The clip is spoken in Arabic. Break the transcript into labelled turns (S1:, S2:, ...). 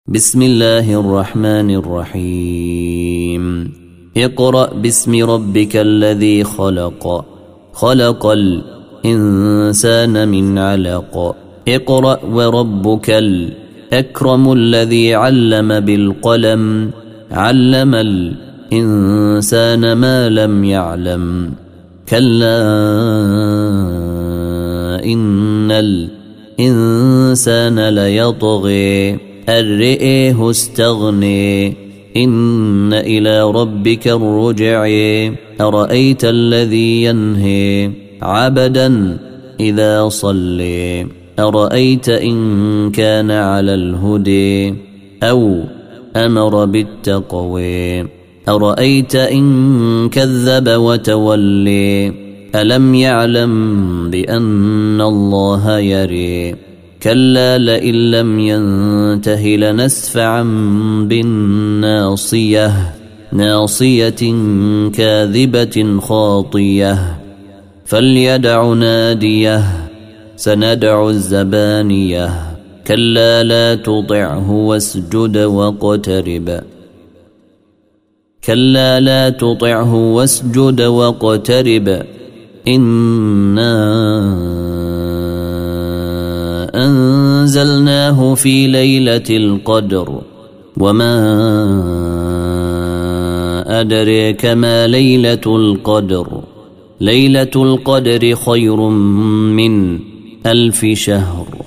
S1: بسم الله الرحمن الرحيم اقرأ باسم ربك الذي خلق خلق الإنسان من علق اقرأ وربك الأكرم الذي علم بالقلم علم الإنسان ما لم يعلم كلا إن الإنسان ليطغي أن رئيه استغني إن إلى ربك الرجع أرأيت الذي ينهي عبدا إذا صلي أرأيت إن كان على الهدي أو أمر بالتقوي أرأيت إن كذب وتولي ألم يعلم بأن الله يري كلا لئن لم ينته لنسفعا بالناصية ناصية كاذبة خاطية فليدع ناديه سندع الزبانية كلا لا تطعه واسجد واقترب كلا لا تطعه واسجد واقترب إنا أنزلناه في ليلة القدر وما أدريك ما ليلة القدر ليلة القدر خير من 1000 شهر